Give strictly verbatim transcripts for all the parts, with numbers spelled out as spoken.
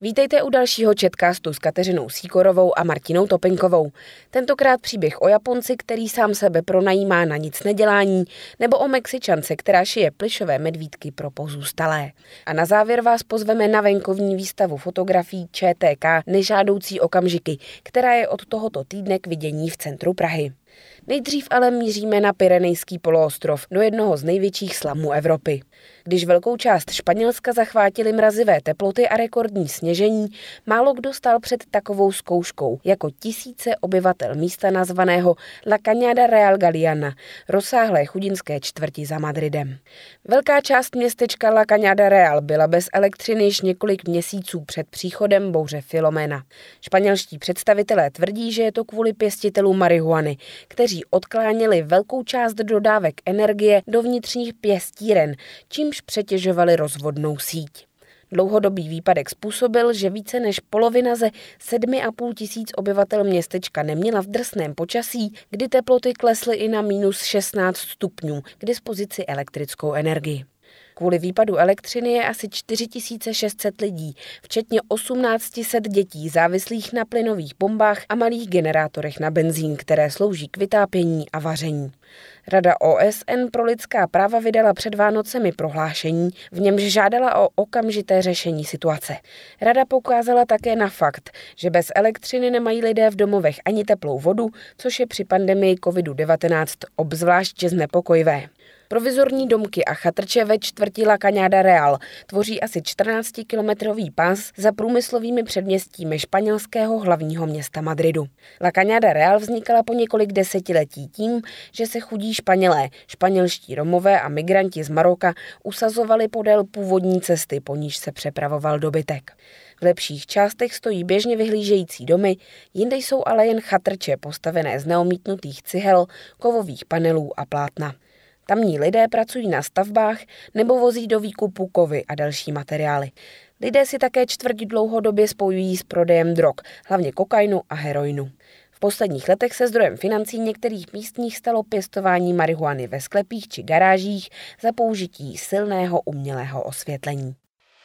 Vítejte u dalšího chatcastu s Kateřinou Sýkorovou a Martinou Topinkovou. Tentokrát příběh o Japonci, který sám sebe pronajímá na nic nedělání, nebo o Mexičance, která šije plyšové medvídky pro pozůstalé. A na závěr vás pozveme na venkovní výstavu fotografií Č T K Nežádoucí okamžiky, která je od tohoto týdne k vidění v centru Prahy. Nejdřív ale míříme na Pyrenejský poloostrov, do jednoho z největších slamů Evropy. Když velkou část Španělska zachvátily mrazivé teploty a rekordní sněžení, málo kdo stál před takovou zkouškou, jako tisíce obyvatel místa nazvaného La Cañada Real Galiana, rozsáhlé chudinské čtvrti za Madridem. Velká část městečka La Cañada Real byla bez elektřiny již několik měsíců před příchodem bouře Filomena. Španělští představitelé tvrdí, že je to kvůli pěstitelům marihuany, kteří odkláněli velkou část dodávek energie do vnitřních pěstíren, čímž přetěžovali rozvodnou síť. Dlouhodobý výpadek způsobil, že více než polovina ze sedmi a půl tisíc obyvatel městečka neměla v drsném počasí, kdy teploty klesly i na minus šestnáct stupňů, k dispozici elektrickou energii. Kvůli výpadu elektřiny je asi čtyři tisíce šest set lidí, včetně osmnáct set dětí závislých na plynových bombách a malých generátorech na benzín, které slouží k vytápění a vaření. Rada O S N pro lidská práva vydala před Vánocemi prohlášení, v němž žádala o okamžité řešení situace. Rada poukázala také na fakt, že bez elektřiny nemají lidé v domovech ani teplou vodu, což je při pandemii covid devatenáct obzvláště znepokojivé. Provizorní domky a chatrče ve čtvrti La Cañada Real tvoří asi čtrnáctikilometrový pás za průmyslovými předměstími španělského hlavního města Madridu. La Cañada Real vznikala po několik desetiletí tím, že se chudí Španělé, španělští Romové a migranti z Maroka usazovali podél původní cesty, po níž se přepravoval dobytek. V lepších částech stojí běžně vyhlížející domy, jinde jsou ale jen chatrče postavené z neomítnutých cihel, kovových panelů a plátna. Tamní lidé pracují na stavbách nebo vozí do výkupu kovy a další materiály. Lidé si také čtvrť dlouhodobě spojují s prodejem drog, hlavně kokainu a heroinu. V posledních letech se zdrojem financí některých místních stalo pěstování marihuany ve sklepích či garážích za použití silného umělého osvětlení.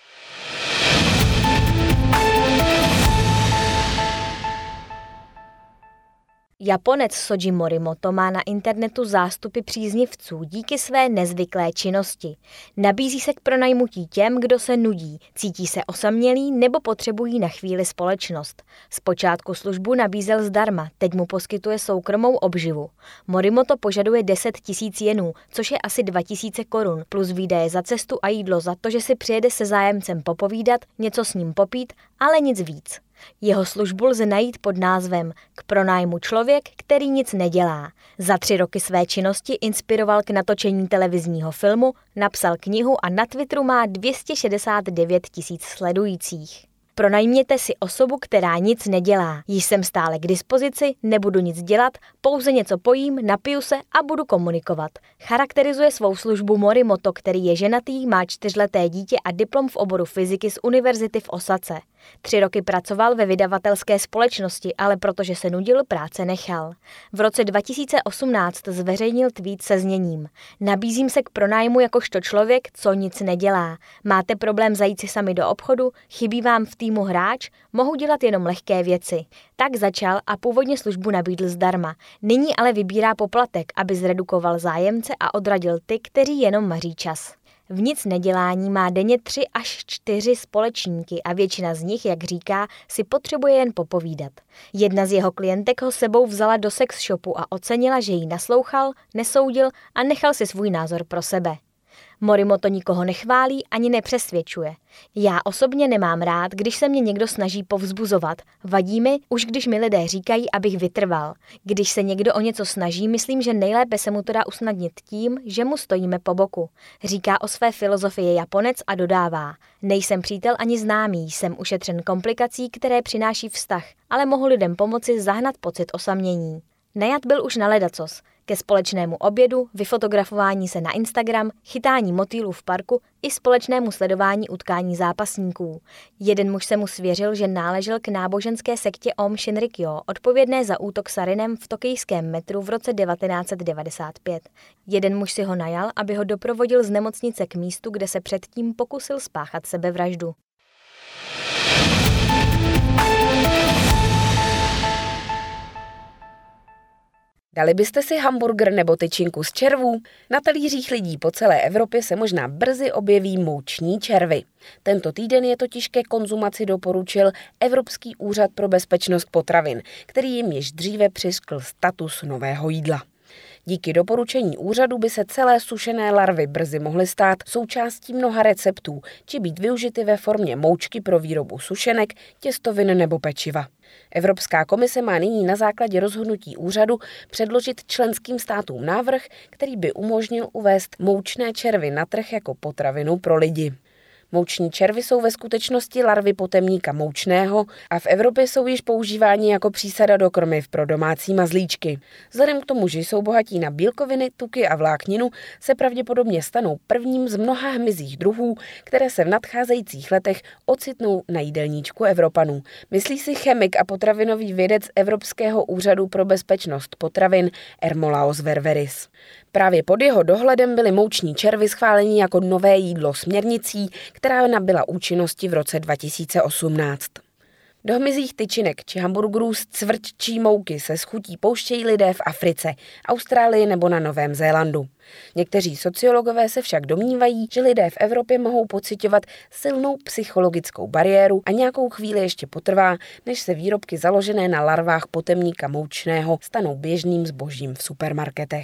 Japonec Shoji Morimoto má na internetu zástupy příznivců díky své nezvyklé činnosti. Nabízí se k pronajmutí těm, kdo se nudí, cítí se osamělý nebo potřebují na chvíli společnost. Zpočátku službu nabízel zdarma, teď mu poskytuje soukromou obživu. Morimoto požaduje deset tisíc jenů, což je asi dva tisíce korun, plus výdaje za cestu a jídlo za to, že si přijede se zájemcem popovídat, něco s ním popít, ale nic víc. Jeho službu lze najít pod názvem K pronájmu člověk, který nic nedělá. Za tři roky své činnosti inspiroval k natočení televizního filmu, napsal knihu a na Twitteru má dvě stě šedesát devět tisíc sledujících. Pronajměte si osobu, která nic nedělá. Již jsem stále k dispozici, nebudu nic dělat, pouze něco pojím, napiju se a budu komunikovat. Charakterizuje svou službu Morimoto, který je ženatý, má čtyřleté dítě a diplom v oboru fyziky z univerzity v Osace. Tři roky pracoval ve vydavatelské společnosti, ale protože se nudil, práce nechal. V roce dva tisíce osmnáct zveřejnil tweet se zněním: Nabízím se k pronájmu jakožto člověk, co nic nedělá. Máte problém zajít si sami do obchodu? Chybí vám v týmu hráč? Mohu dělat jenom lehké věci. Tak začal a původně službu nabídl zdarma. Nyní ale vybírá poplatek, aby zredukoval zájemce a odradil ty, kteří jenom maří čas. V nic nedělání má denně tři až čtyři společníky a většina z nich, jak říká, si potřebuje jen popovídat. Jedna z jeho klientek ho sebou vzala do sex shopu a ocenila, že jí naslouchal, nesoudil a nechal si svůj názor pro sebe. Morimoto nikoho nechválí ani nepřesvědčuje. Já osobně nemám rád, když se mě někdo snaží povzbuzovat. Vadí mi, už když mi lidé říkají, abych vytrval. Když se někdo o něco snaží, myslím, že nejlépe se mu to dá usnadnit tím, že mu stojíme po boku. Říká o své filozofii Japonec a dodává: Nejsem přítel ani známý, jsem ušetřen komplikací, které přináší vztah, ale mohu lidem pomoci zahnat pocit osamění. Najat byl už na ledacos. Ke společnému obědu, vyfotografování se na Instagram, chytání motýlů v parku i společnému sledování utkání zápasníků. Jeden muž se mu svěřil, že náležel k náboženské sektě Om Shinrikyo, odpovědné za útok sarinem v tokijském metru v roce devatenáct set devadesát pět. Jeden muž si ho najal, aby ho doprovodil z nemocnice k místu, kde se předtím pokusil spáchat sebevraždu. Dali byste si hamburger nebo tyčinku z červů? Na talířích lidí po celé Evropě se možná brzy objeví mouční červy. Tento týden je totiž ke konzumaci doporučil Evropský úřad pro bezpečnost potravin, který jim již dříve přiřkl status nového jídla. Díky doporučení úřadu by se celé sušené larvy brzy mohly stát součástí mnoha receptů či být využity ve formě moučky pro výrobu sušenek, těstovin nebo pečiva. Evropská komise má nyní na základě rozhodnutí úřadu předložit členským státům návrh, který by umožnil uvést moučné červy na trh jako potravinu pro lidi. Mouční červy jsou ve skutečnosti larvy potemníka moučného a v Evropě jsou již používáni jako přísada do krmiv pro domácí mazlíčky. Vzhledem k tomu, že jsou bohatí na bílkoviny, tuky a vlákninu, se pravděpodobně stanou prvním z mnoha hmyzích druhů, které se v nadcházejících letech ocitnou na jídelníčku Evropanů. Myslí si chemik a potravinový vědec Evropského úřadu pro bezpečnost potravin Ermolaos Ververis. Právě pod jeho dohledem byly mouční červy schváleni jako nové jídlo směrnicí, která nabyla účinnosti v roce dva tisíce osmnáct. Do hmyzích tyčinek či hamburgerů z cvrččí mouky se s chutí pouštějí lidé v Africe, Austrálii nebo na Novém Zélandu. Někteří sociologové se však domnívají, že lidé v Evropě mohou pociťovat silnou psychologickou bariéru a nějakou chvíli ještě potrvá, než se výrobky založené na larvách potemníka moučného stanou běžným zbožím v supermarketech.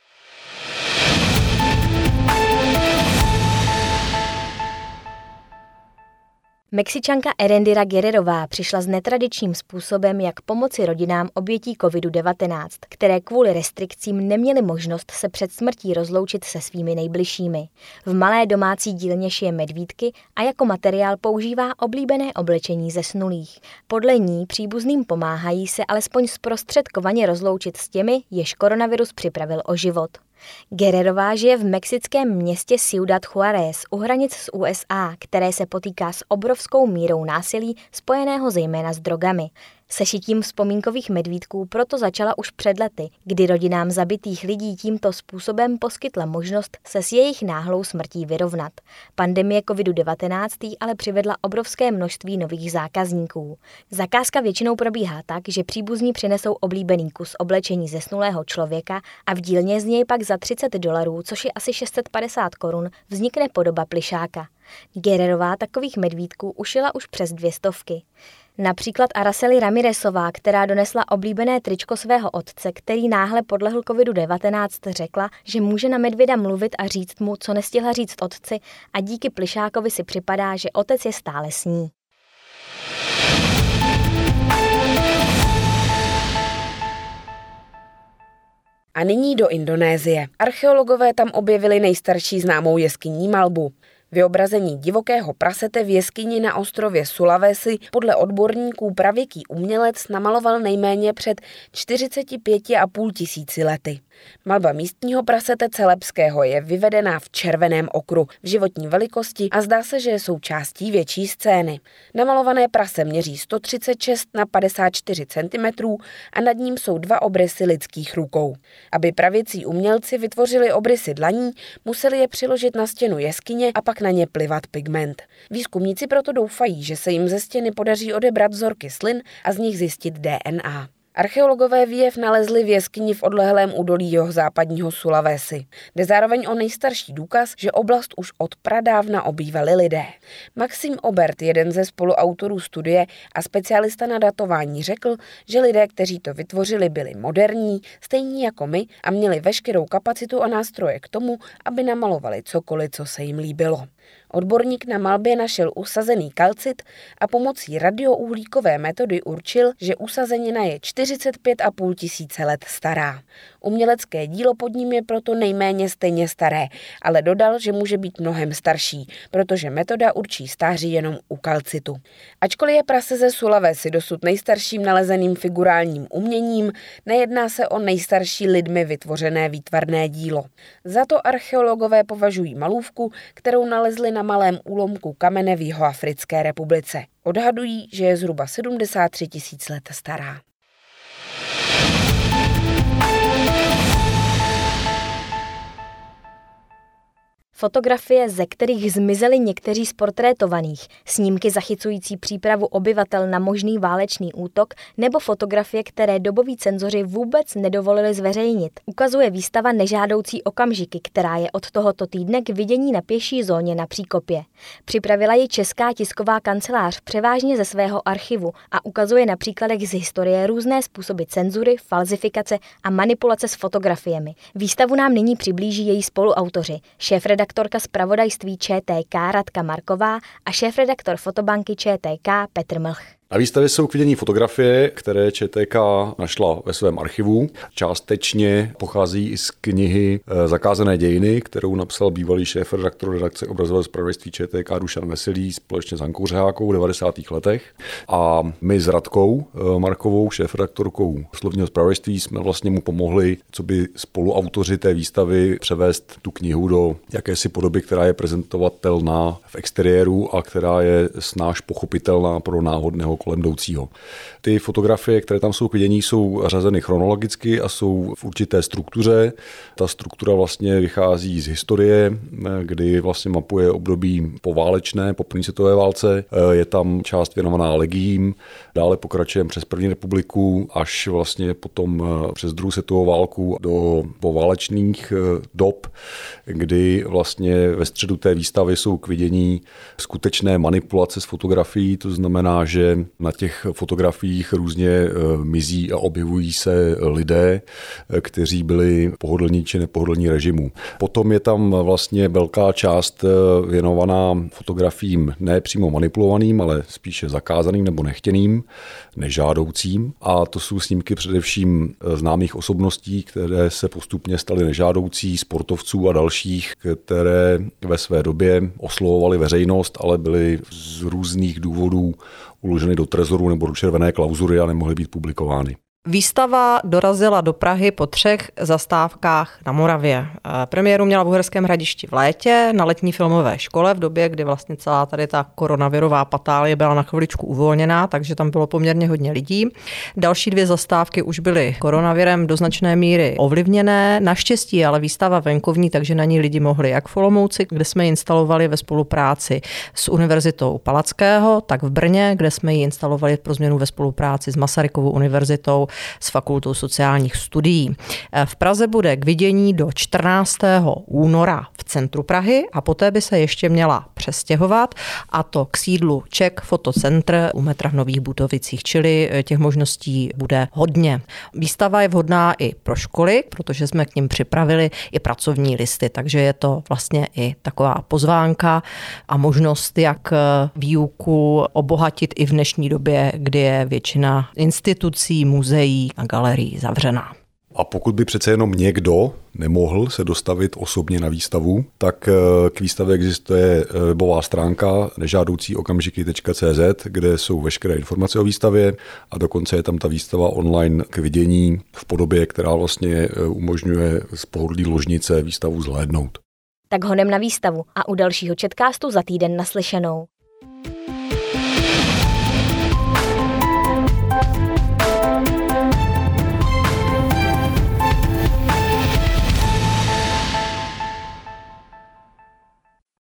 Mexičanka Erendira Guerrerová přišla s netradičním způsobem, jak pomoci rodinám obětí kovidu devatenáct, které kvůli restrikcím neměly možnost se před smrtí rozloučit se svými nejbližšími. V malé domácí dílně šije medvídky a jako materiál používá oblíbené oblečení zesnulých. Podle ní příbuzným pomáhají se alespoň zprostředkovaně rozloučit s těmi, jež koronavirus připravil o život. Guerrerová žije v mexickém městě Ciudad Juárez u hranic s U S A, které se potýká s obrovskou mírou násilí spojeného zejména s drogami. Se šitím vzpomínkových medvídků proto začala už před lety, kdy rodinám zabitých lidí tímto způsobem poskytla možnost se s jejich náhlou smrtí vyrovnat. Pandemie kovidu devatenáct jí ale přivedla obrovské množství nových zákazníků. Zakázka většinou probíhá tak, že příbuzní přinesou oblíbený kus oblečení zesnulého člověka a v dílně z něj pak za třicet dolarů, což je asi šest set padesát korun, vznikne podoba plišáka. Guerrerová takových medvídků ušila už přes dvě stovky. Například Araceli Ramirezová, která donesla oblíbené tričko svého otce, který náhle podlehl kovidu devatenáct, řekla, že může na medvěda mluvit a říct mu, co nestihla říct otci, a díky plišákovi si připadá, že otec je stále s ní. A nyní do Indonésie. Archeologové tam objevili nejstarší známou jeskyní Malbu. Vyobrazení divokého prasete v jeskyni na ostrově Sulawesi podle odborníků pravěký umělec namaloval nejméně před čtyřicet pět a půl tisíci lety. Malba místního prasete celebského je vyvedená v červeném okru v životní velikosti a zdá se, že je součástí větší scény. Namalované prase měří sto třicet šest na padesát čtyři centimetrů a nad ním jsou dva obrysy lidských rukou. Aby pravěcí umělci vytvořili obrysy dlaní, museli je přiložit na stěnu jeskyně a pak na ně plivat pigment. Výzkumníci proto doufají, že se jim ze stěny podaří odebrat vzorky slin a z nich zjistit D N A. Archeologové výjev nalezli v jeskyni v odlehlém údolí jihozápadního Sulawesi. Jde zároveň o nejstarší důkaz, že oblast už od pradávna obývali lidé. Maxim Obert, jeden ze spoluautorů studie a specialista na datování, řekl, že lidé, kteří to vytvořili, byli moderní, stejní jako my a měli veškerou kapacitu a nástroje k tomu, aby namalovali cokoliv, co se jim líbilo. Odborník na malbě našel usazený kalcit a pomocí radiouhlíkové metody určil, že usazenina je čtyřicet pět a půl tisíce let stará. Umělecké dílo pod ním je proto nejméně stejně staré, ale dodal, že může být mnohem starší, protože metoda určí stáří jenom u kalcitu. Ačkoliv je prase ze Sulawesi dosud nejstarším nalezeným figurálním uměním, nejedná se o nejstarší lidmi vytvořené výtvarné dílo. Za to archeologové považují malůvku, kterou nalezli na malém úlomku kamene v Jihoafrické republice. Odhadují, že je zhruba sedmdesát tři tisíc let stará. Fotografie, ze kterých zmizeli někteří z portrétovaných, snímky zachycující přípravu obyvatel na možný válečný útok nebo fotografie, které doboví cenzoři vůbec nedovolili zveřejnit. Ukazuje výstava Nežádoucí okamžiky, která je od tohoto týdne k vidění na pěší zóně na Příkopě. Připravila ji Česká tisková kancelář převážně ze svého archivu a ukazuje na příkladech z historie různé způsoby cenzury, falzifikace a manipulace s fotografiemi. Výstavu nám nyní přiblíží její spoluautoři, šéfredaktorka zpravodajství ČTK Radka Marková a šéfredaktor fotobanky ČTK Petr Mlch. Na výstavě jsou k vidění fotografie, které ČTK našla ve svém archivu. Částečně pochází i z knihy Zakázané dějiny, kterou napsal bývalý šéfredaktor redakce obrazového zpravodajství ČTK Dušan Veselý společně s Ankou Řehákou v devadesátých letech. A my s Radkou Markovou, šéfredaktorkou slovního zpravodajství, jsme vlastně mu pomohli, co by spoluautoři té výstavy převést tu knihu do jakési podoby, která je prezentovatelná v exteriéru a která je snáš pochopitelná pro náhodného kolem jdoucího. Ty fotografie, které tam jsou k vidění, jsou řazeny chronologicky a jsou v určité struktuře. Ta struktura vlastně vychází z historie, kdy vlastně mapuje období poválečné, po první světové válce. Je tam část věnovaná legiím, dále pokračujeme přes první republiku až vlastně potom přes druhou světovou válku do poválečných dob, kdy vlastně ve středu té výstavy jsou k vidění skutečné manipulace s fotografií, to znamená, že na těch fotografiích různě mizí a objevují se lidé, kteří byli pohodlní či nepohodlní režimu. Potom je tam vlastně velká část věnovaná fotografiím ne přímo manipulovaným, ale spíše zakázaným nebo nechtěným, nežádoucím. A to jsou snímky především známých osobností, které se postupně staly nežádoucí, sportovců a dalších, které ve své době oslovovali veřejnost, ale byly z různých důvodů uloženy do trezoru nebo do červené klauzury a nemohly být publikovány. Výstava dorazila do Prahy po třech zastávkách na Moravě. Premiéru měla v Uherském Hradišti v létě, na letní filmové škole v době, kdy vlastně celá tady ta koronavirová patálie byla na chviličku uvolněná, takže tam bylo poměrně hodně lidí. Další dvě zastávky už byly koronavirem do značné míry ovlivněné. Naštěstí ale výstava venkovní, takže na ní lidi mohli jak v Olomouci, kde jsme ji instalovali ve spolupráci s Univerzitou Palackého, tak v Brně, kde jsme ji instalovali pro změnu ve spolupráci s Masarykovou univerzitou, s Fakultou sociálních studií. V Praze bude k vidění do čtrnáctého února v centru Prahy a poté by se ještě měla přestěhovat, a to k sídlu Czech Fotocentr u metra v Nových Butovicích, čili těch možností bude hodně. Výstava je vhodná i pro školy, protože jsme k nim připravili i pracovní listy, takže je to vlastně i taková pozvánka a možnost, jak výuku obohatit i v dnešní době, kdy je většina institucí, muzeí a galerií zavřená. A pokud by přece jenom někdo nemohl se dostavit osobně na výstavu, tak k výstavě existuje webová stránka nežádoucí okamžiky tečka cé zet, kde jsou veškeré informace o výstavě a dokonce je tam ta výstava online k vidění v podobě, která vlastně umožňuje z pohodlí ložnice výstavu zhlédnout. Tak honem na výstavu a u dalšího Četcastu za týden naslyšenou.